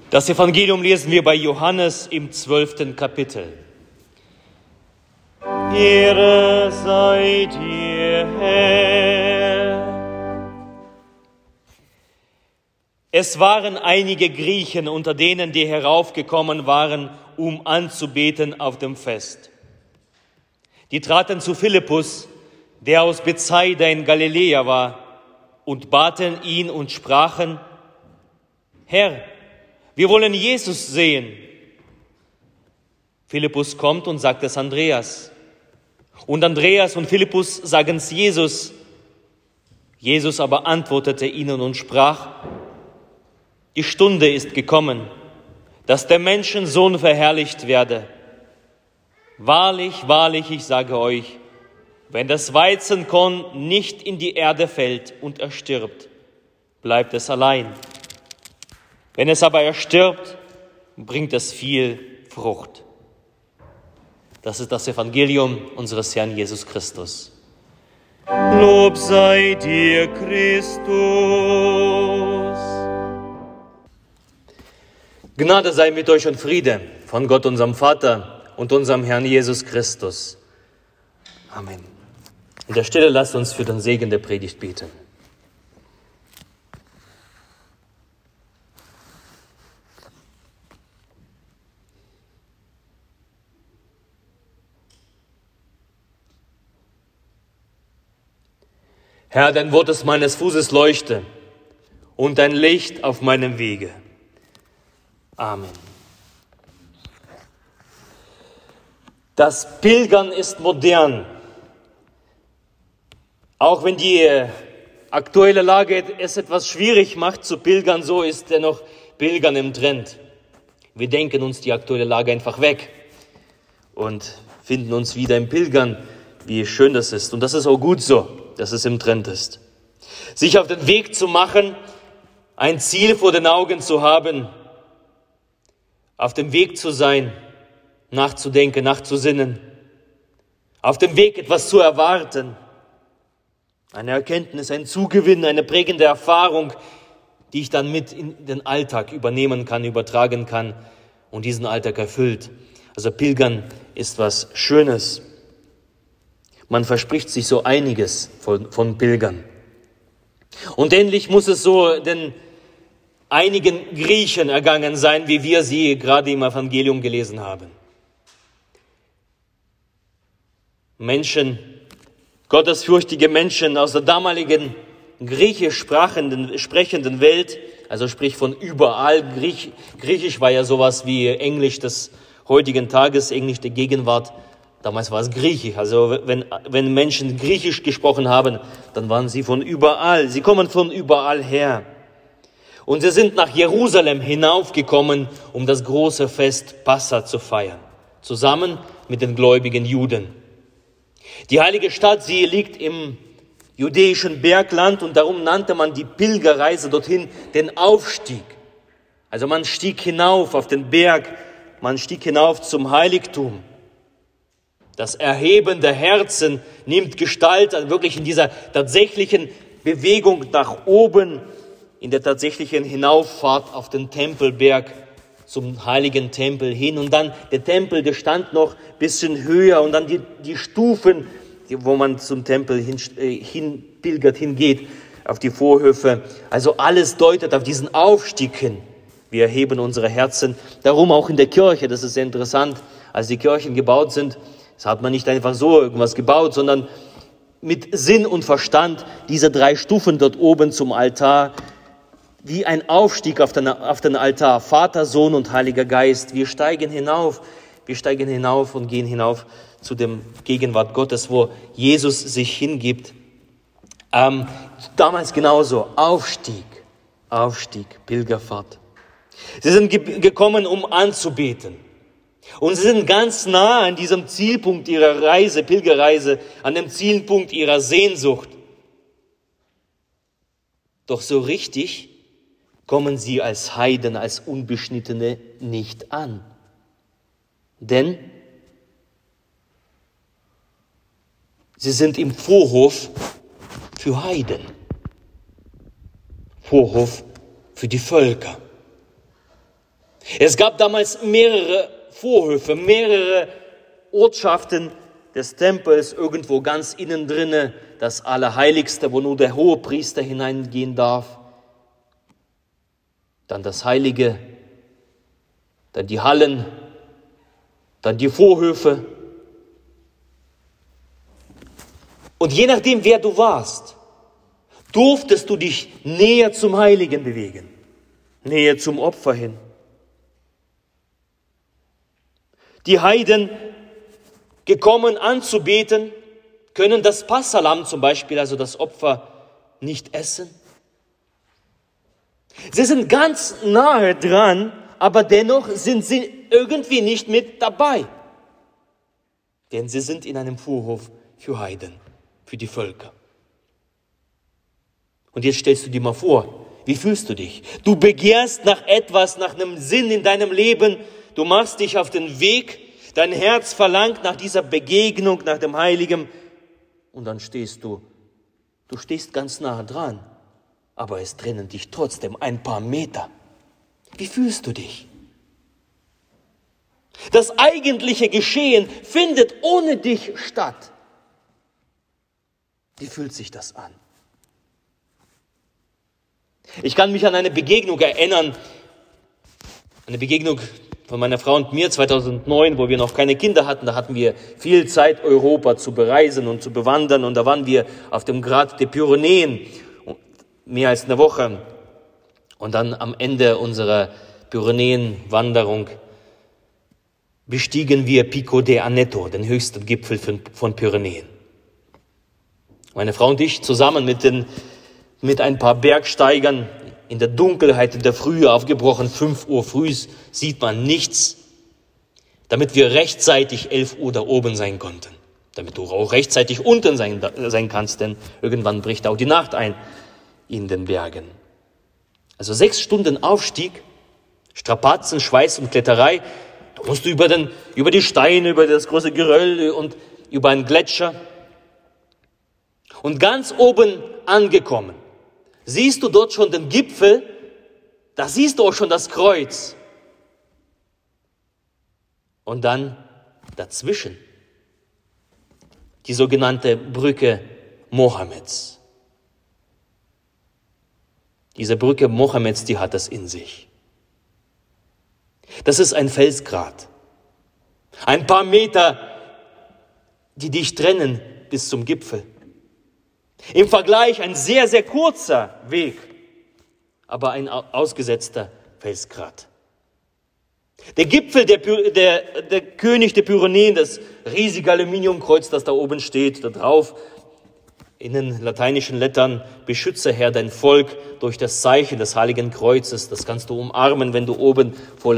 Das Evangelium lesen wir bei Johannes im 12. Kapitel. Ehre sei dir, Herr. Es waren einige Griechen unter denen, die heraufgekommen waren, um anzubeten auf dem Fest. Die traten zu Philippus, der aus Bethsaida in Galiläa war, und baten ihn und sprachen: Herr, wir wollen Jesus sehen. Philippus kommt und sagt es Andreas. Und Andreas und Philippus sagen es Jesus. Jesus aber antwortete ihnen und sprach: Die Stunde ist gekommen, dass der Menschensohn verherrlicht werde. Wahrlich, wahrlich, ich sage euch, wenn das Weizenkorn nicht in die Erde fällt und erstirbt, bleibt es allein. Wenn es aber erstirbt, bringt es viel Frucht. Das ist das Evangelium unseres Herrn Jesus Christus. Lob sei dir, Christus. Gnade sei mit euch und Friede von Gott, unserem Vater und unserem Herrn Jesus Christus. Amen. In der Stille lasst uns für den Segen der Predigt beten. Herr, dein Wort ist meines Fußes Leuchte und dein Licht auf meinem Wege. Amen. Das Pilgern ist modern. Auch wenn die aktuelle Lage es etwas schwierig macht zu pilgern, so ist dennoch Pilgern im Trend. Wir denken uns die aktuelle Lage einfach weg und finden uns wieder im Pilgern, wie schön das ist. Und das ist auch gut so, dass es im Trend ist. Sich auf den Weg zu machen, ein Ziel vor den Augen zu haben, auf dem Weg zu sein, nachzudenken, nachzusinnen, auf dem Weg etwas zu erwarten, eine Erkenntnis, ein Zugewinn, eine prägende Erfahrung, die ich dann mit in den Alltag übernehmen kann, übertragen kann und diesen Alltag erfüllt. Also Pilgern ist was Schönes. Man verspricht sich so einiges von Pilgern. Und ähnlich muss es so den einigen Griechen ergangen sein, wie wir sie gerade im Evangelium gelesen haben. Menschen, gottesfürchtige Menschen aus der damaligen griechisch sprechenden Welt, also sprich von überall. Griechisch war ja sowas wie Englisch des heutigen Tages, Englisch der Gegenwart. Damals war es Griechisch. Also wenn Menschen Griechisch gesprochen haben, dann waren sie von überall. Sie kommen von überall her. Und sie sind nach Jerusalem hinaufgekommen, um das große Fest Passa zu feiern, zusammen mit den gläubigen Juden. Die heilige Stadt, sie liegt im judäischen Bergland und darum nannte man die Pilgerreise dorthin den Aufstieg. Also man stieg hinauf auf den Berg, man stieg hinauf zum Heiligtum. Das Erheben der Herzen nimmt Gestalt, also wirklich in dieser tatsächlichen Bewegung nach oben, in der tatsächlichen Hinauffahrt auf den Tempelberg zum heiligen Tempel hin. Und dann der Tempel, der stand noch ein bisschen höher und dann die Stufen, wo man zum Tempel hinpilgert, hingeht, auf die Vorhöfe. Also alles deutet auf diesen Aufstieg hin. Wir erheben unsere Herzen. Darum auch in der Kirche, das ist sehr interessant, als die Kirchen gebaut sind, das hat man nicht einfach so irgendwas gebaut, sondern mit Sinn und Verstand diese 3 Stufen dort oben zum Altar, wie ein Aufstieg auf den Altar, Vater, Sohn und Heiliger Geist. Wir steigen hinauf und gehen hinauf zu dem Gegenwart Gottes, wo Jesus sich hingibt. Damals genauso, Aufstieg, Pilgerfahrt. Sie sind gekommen, um anzubeten. Und sie sind ganz nah an diesem Zielpunkt ihrer Reise, Pilgerreise, an dem Zielpunkt ihrer Sehnsucht. Doch so richtig kommen sie als Heiden, als Unbeschnittene nicht an. Denn sie sind im Vorhof für Heiden. Vorhof für die Völker. Es gab damals mehrere Vorhöfe, mehrere Ortschaften des Tempels, irgendwo ganz innen drinne, das Allerheiligste, wo nur der Hohepriester hineingehen darf. Dann das Heilige, dann die Hallen, dann die Vorhöfe. Und je nachdem, wer du warst, durftest du dich näher zum Heiligen bewegen, näher zum Opfer hin. Die Heiden, gekommen anzubeten, können das Passahlamm zum Beispiel, also das Opfer, nicht essen. Sie sind ganz nahe dran, aber dennoch sind sie irgendwie nicht mit dabei. Denn sie sind in einem Vorhof für Heiden, für die Völker. Und jetzt stellst du dir mal vor, wie fühlst du dich? Du begehrst nach etwas, nach einem Sinn in deinem Leben. Du machst dich auf den Weg. Dein Herz verlangt nach dieser Begegnung, nach dem Heiligen. Und dann stehst du stehst ganz nah dran. Aber es trennen dich trotzdem ein paar Meter. Wie fühlst du dich? Das eigentliche Geschehen findet ohne dich statt. Wie fühlt sich das an? Ich kann mich an eine Begegnung erinnern, eine Begegnung von meiner Frau und mir 2009, wo wir noch keine Kinder hatten. Da hatten wir viel Zeit, Europa zu bereisen und zu bewandern. Und da waren wir auf dem Grat der Pyrenäen, mehr als eine Woche. Und dann am Ende unserer Pyrenäenwanderung bestiegen wir Pico de Aneto, den höchsten Gipfel von Pyrenäen. Meine Frau und ich zusammen mit ein paar Bergsteigern in der Dunkelheit, in der Frühe aufgebrochen, 5 Uhr früh, sieht man nichts, damit wir rechtzeitig 11 Uhr da oben sein konnten, damit du auch rechtzeitig unten sein kannst, denn irgendwann bricht auch die Nacht ein in den Bergen. Also 6 Stunden Aufstieg, Strapazen, Schweiß und Kletterei, da musst du über die Steine, über das große Geröll und über einen Gletscher. Und ganz oben angekommen, siehst du dort schon den Gipfel, da siehst du auch schon das Kreuz. Und dann dazwischen die sogenannte Brücke Mohammeds. Diese Brücke Mohammeds, die hat das in sich. Das ist ein Felsgrat. Ein paar Meter, die dich trennen bis zum Gipfel. Im Vergleich ein sehr, sehr kurzer Weg, aber ein ausgesetzter Felsgrat. Der Gipfel, der König der Pyrenäen, das riesige Aluminiumkreuz, das da oben steht, da drauf, in den lateinischen Lettern, beschütze Herr dein Volk durch das Zeichen des Heiligen Kreuzes. Das kannst du umarmen, wenn du oben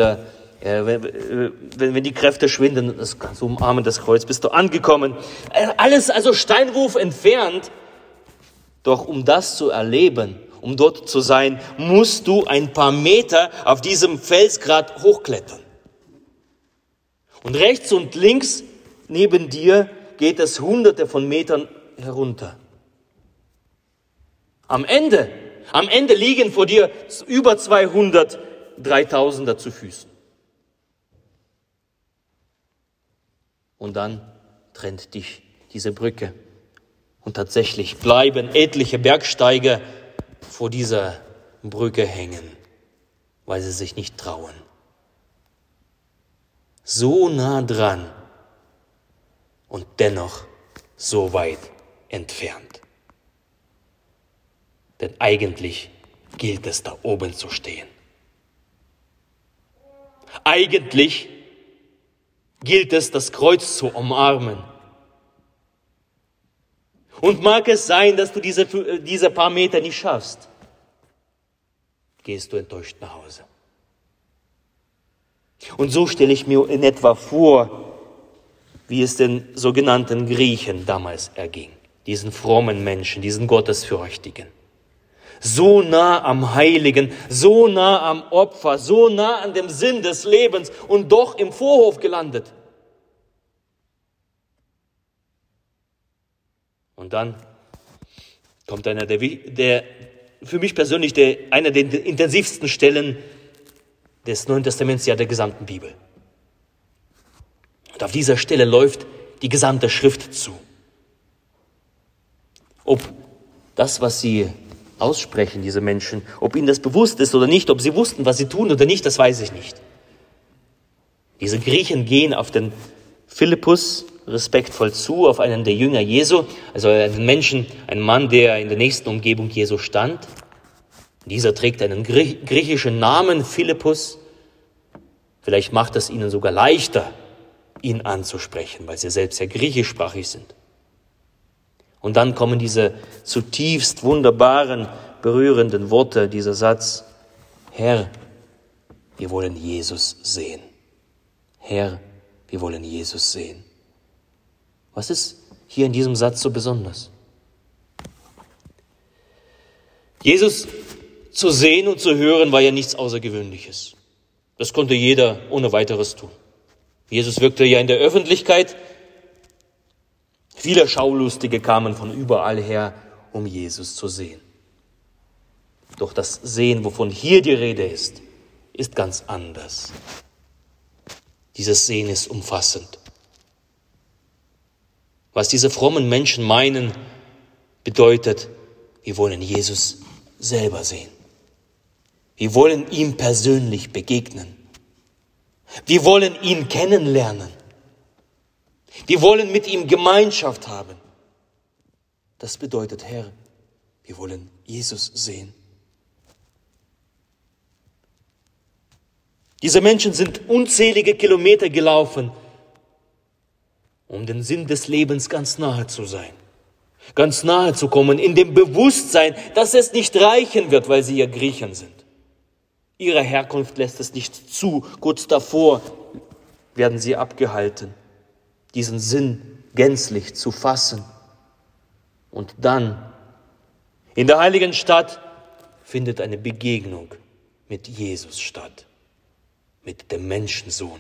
wenn die Kräfte schwinden, das kannst du umarmen, das Kreuz, bist du angekommen. Alles also Steinwurf entfernt. Doch um das zu erleben, um dort zu sein, musst du ein paar Meter auf diesem Felsgrat hochklettern. Und rechts und links neben dir geht es hunderte von Metern herunter. Am Ende liegen vor dir über 200 Dreitausender zu Füßen. Und dann trennt dich diese Brücke. Und tatsächlich bleiben etliche Bergsteiger vor dieser Brücke hängen, weil sie sich nicht trauen. So nah dran und dennoch so weit entfernt. Denn eigentlich gilt es, da oben zu stehen. Eigentlich gilt es, das Kreuz zu umarmen. Und mag es sein, dass du diese paar Meter nicht schaffst, gehst du enttäuscht nach Hause. Und so stelle ich mir in etwa vor, wie es den sogenannten Griechen damals erging, diesen frommen Menschen, diesen Gottesfürchtigen. So nah am Heiligen, so nah am Opfer, so nah an dem Sinn des Lebens und doch im Vorhof gelandet. Und dann kommt einer der für mich persönlich einer der intensivsten Stellen des Neuen Testaments, ja der gesamten Bibel. Und auf dieser Stelle läuft die gesamte Schrift zu. Ob das, was sie aussprechen, diese Menschen, ob ihnen das bewusst ist oder nicht, ob sie wussten, was sie tun oder nicht, das weiß ich nicht. Diese Griechen gehen auf den Philippus respektvoll zu, auf einen der Jünger Jesu, also einen Menschen, einen Mann, der in der nächsten Umgebung Jesu stand. Dieser trägt einen griechischen Namen, Philippus. Vielleicht macht es ihnen sogar leichter, ihn anzusprechen, weil sie selbst ja griechischsprachig sind. Und dann kommen diese zutiefst wunderbaren, berührenden Worte, dieser Satz: Herr, wir wollen Jesus sehen. Herr, wir wollen Jesus sehen. Was ist hier in diesem Satz so besonders? Jesus zu sehen und zu hören war ja nichts Außergewöhnliches. Das konnte jeder ohne weiteres tun. Jesus wirkte ja in der Öffentlichkeit. Viele Schaulustige kamen von überall her, um Jesus zu sehen. Doch das Sehen, wovon hier die Rede ist ganz anders. Dieses Sehen ist umfassend. Was diese frommen Menschen meinen, bedeutet, wir wollen Jesus selber sehen. Wir wollen ihm persönlich begegnen. Wir wollen ihn kennenlernen. Wir wollen mit ihm Gemeinschaft haben. Das bedeutet, Herr, wir wollen Jesus sehen. Diese Menschen sind unzählige Kilometer gelaufen, um den Sinn des Lebens ganz nahe zu sein, ganz nahe zu kommen, in dem Bewusstsein, dass es nicht reichen wird, weil sie ja Griechen sind. Ihre Herkunft lässt es nicht zu. Kurz davor werden sie abgehalten, diesen Sinn gänzlich zu fassen. Und dann, in der heiligen Stadt, findet eine Begegnung mit Jesus statt, mit dem Menschensohn.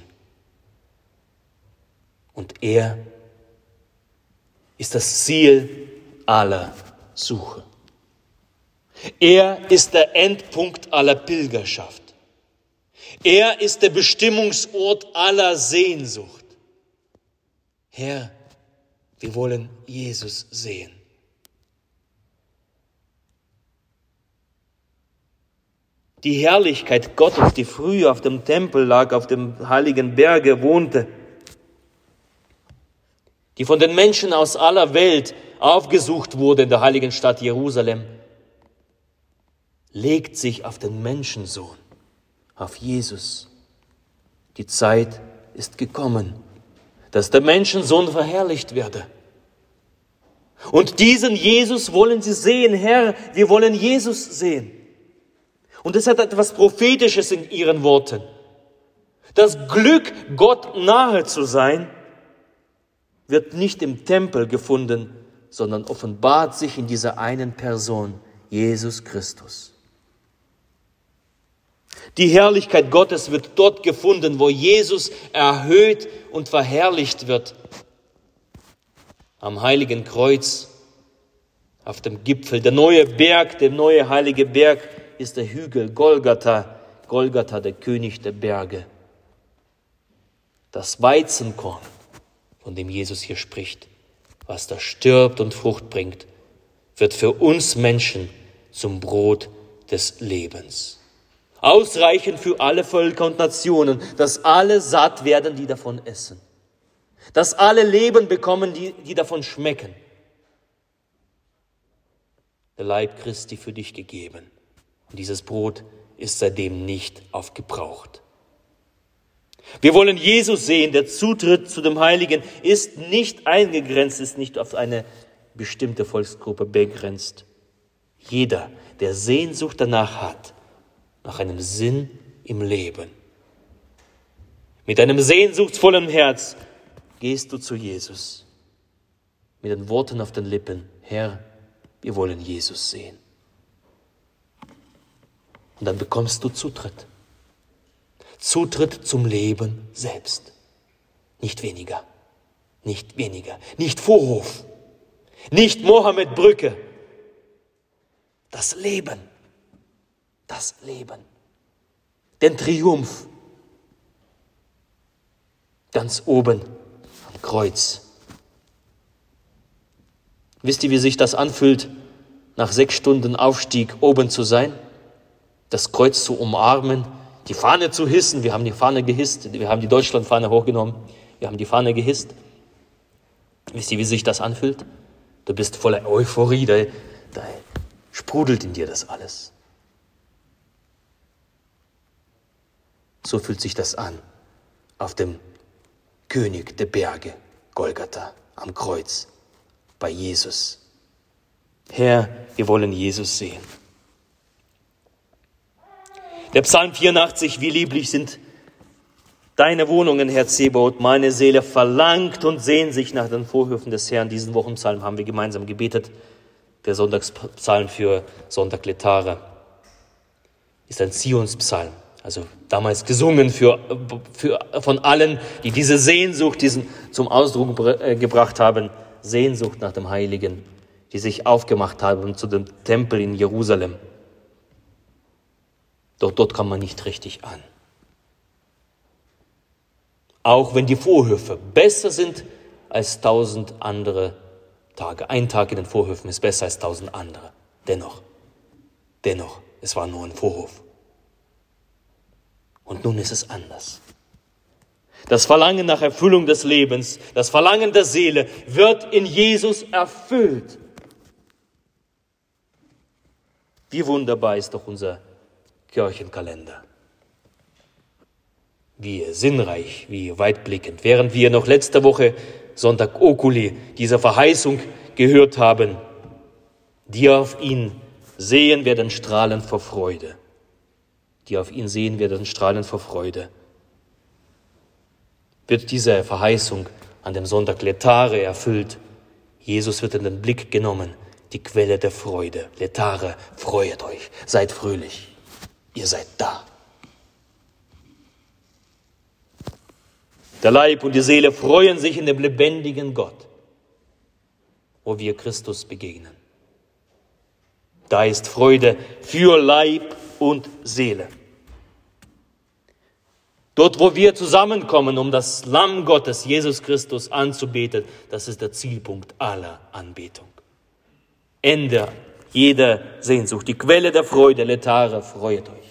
Und er ist das Ziel aller Suche. Er ist der Endpunkt aller Pilgerschaft. Er ist der Bestimmungsort aller Sehnsucht. Herr, wir wollen Jesus sehen. Die Herrlichkeit Gottes, die früher auf dem Tempel lag, auf dem heiligen Berge wohnte, die von den Menschen aus aller Welt aufgesucht wurde in der heiligen Stadt Jerusalem, legt sich auf den Menschensohn, auf Jesus. Die Zeit ist gekommen, dass der Menschensohn verherrlicht werde. Und diesen Jesus wollen sie sehen. Herr, wir wollen Jesus sehen. Und es hat etwas Prophetisches in ihren Worten. Das Glück, Gott nahe zu sein, wird nicht im Tempel gefunden, sondern offenbart sich in dieser einen Person, Jesus Christus. Die Herrlichkeit Gottes wird dort gefunden, wo Jesus erhöht und verherrlicht wird. Am heiligen Kreuz, auf dem Gipfel. Der neue Berg, der neue heilige Berg ist der Hügel Golgatha. Golgatha, der König der Berge. Das Weizenkorn, von dem Jesus hier spricht, was da stirbt und Frucht bringt, wird für uns Menschen zum Brot des Lebens. Ausreichend für alle Völker und Nationen, dass alle satt werden, die davon essen. Dass alle Leben bekommen, die davon schmecken. Der Leib Christi für dich gegeben. Und dieses Brot ist seitdem nicht aufgebraucht. Wir wollen Jesus sehen. Der Zutritt zu dem Heiligen ist nicht eingegrenzt, ist nicht auf eine bestimmte Volksgruppe begrenzt. Jeder, der Sehnsucht danach hat, nach einem Sinn im Leben. Mit einem sehnsuchtsvollen Herz gehst du zu Jesus. Mit den Worten auf den Lippen, Herr, wir wollen Jesus sehen. Und dann bekommst du Zutritt. Zutritt zum Leben selbst. Nicht weniger, nicht weniger, nicht Vorhof, nicht Mohammed-Brücke. Das Leben. Das Leben. den Triumph. Ganz oben am Kreuz. Wisst ihr, wie sich das anfühlt, nach 6 Stunden Aufstieg oben zu sein? Das Kreuz zu umarmen, die Fahne zu hissen. Wir haben die Fahne gehisst, wir haben die Deutschlandfahne hochgenommen, wir haben die Fahne gehisst. Wisst ihr, wie sich das anfühlt? Du bist voller Euphorie, da sprudelt in dir das alles. So fühlt sich das an auf dem König der Berge, Golgatha, am Kreuz, bei Jesus. Herr, wir wollen Jesus sehen. Der Psalm 84, wie lieblich sind deine Wohnungen, Herr Zebaoth. Meine Seele verlangt und sehnt sich nach den Vorhöfen des Herrn. Diesen Wochenpsalm haben wir gemeinsam gebetet. Der Sonntagspsalm für Sonntag Letare ist ein Zionspsalm. Also damals gesungen von allen, die diese Sehnsucht zum Ausdruck gebracht haben. Sehnsucht nach dem Heiligen, die sich aufgemacht haben zu dem Tempel in Jerusalem. Doch dort kam man nicht richtig an. Auch wenn die Vorhöfe besser sind als 1000 andere Tage. Ein Tag in den Vorhöfen ist besser als 1000 andere. Dennoch, es war nur ein Vorhof. Und nun ist es anders. Das Verlangen nach Erfüllung des Lebens, das Verlangen der Seele wird in Jesus erfüllt. Wie wunderbar ist doch unser Kirchenkalender. Wie sinnreich, wie weitblickend. Während wir noch letzte Woche, Sonntag Oculi, diese Verheißung gehört haben, die auf ihn sehen werden strahlen vor Freude. Die auf ihn sehen werden strahlen vor Freude. Wird diese Verheißung an dem Sonntag Letare erfüllt. Jesus wird in den Blick genommen, die Quelle der Freude. Letare, freut euch, seid fröhlich, ihr seid da. Der Leib und die Seele freuen sich in dem lebendigen Gott, wo wir Christus begegnen. Da ist Freude für Leib und Seele. Dort, wo wir zusammenkommen, um das Lamm Gottes, Jesus Christus, anzubeten, das ist der Zielpunkt aller Anbetung. Ende jeder Sehnsucht, die Quelle der Freude, Letare, freut euch.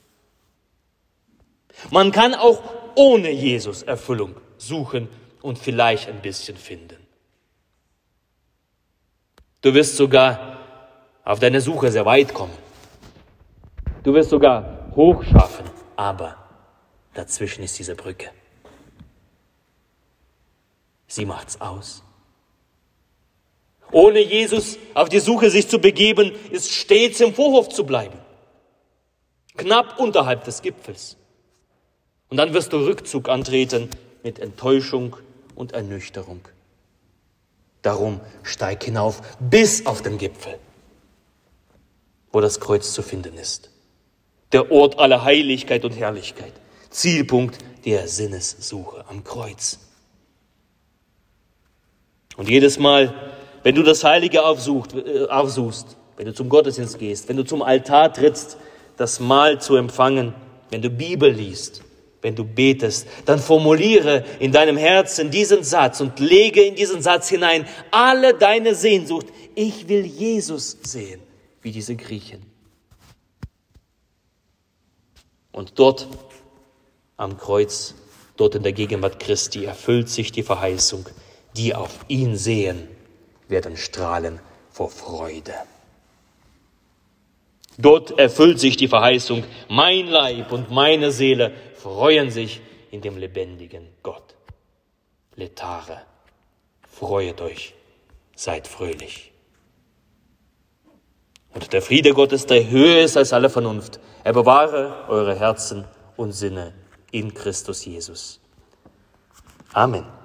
Man kann auch ohne Jesus Erfüllung suchen und vielleicht ein bisschen finden. Du wirst sogar auf deiner Suche sehr weit kommen. Du wirst sogar hochschaffen, aber dazwischen ist diese Brücke. Sie macht's aus. Ohne Jesus auf die Suche sich zu begeben, ist stets im Vorhof zu bleiben. Knapp unterhalb des Gipfels. Und dann wirst du Rückzug antreten mit Enttäuschung und Ernüchterung. Darum steig hinauf bis auf den Gipfel, wo das Kreuz zu finden ist. Der Ort aller Heiligkeit und Herrlichkeit. Zielpunkt der Sinnessuche am Kreuz. Und jedes Mal, wenn du das Heilige aufsuchst, wenn du zum Gottesdienst gehst, wenn du zum Altar trittst, das Mahl zu empfangen, wenn du Bibel liest, wenn du betest, dann formuliere in deinem Herzen diesen Satz und lege in diesen Satz hinein alle deine Sehnsucht. Ich will Jesus sehen, wie diese Griechen. Und dort am Kreuz, dort in der Gegenwart Christi, erfüllt sich die Verheißung, die auf ihn sehen, werden strahlen vor Freude. Dort erfüllt sich die Verheißung, mein Leib und meine Seele freuen sich in dem lebendigen Gott. Letare, freuet euch, seid fröhlich. Und der Friede Gottes, der höher ist als alle Vernunft, er bewahre eure Herzen und Sinne in Christus Jesus. Amen.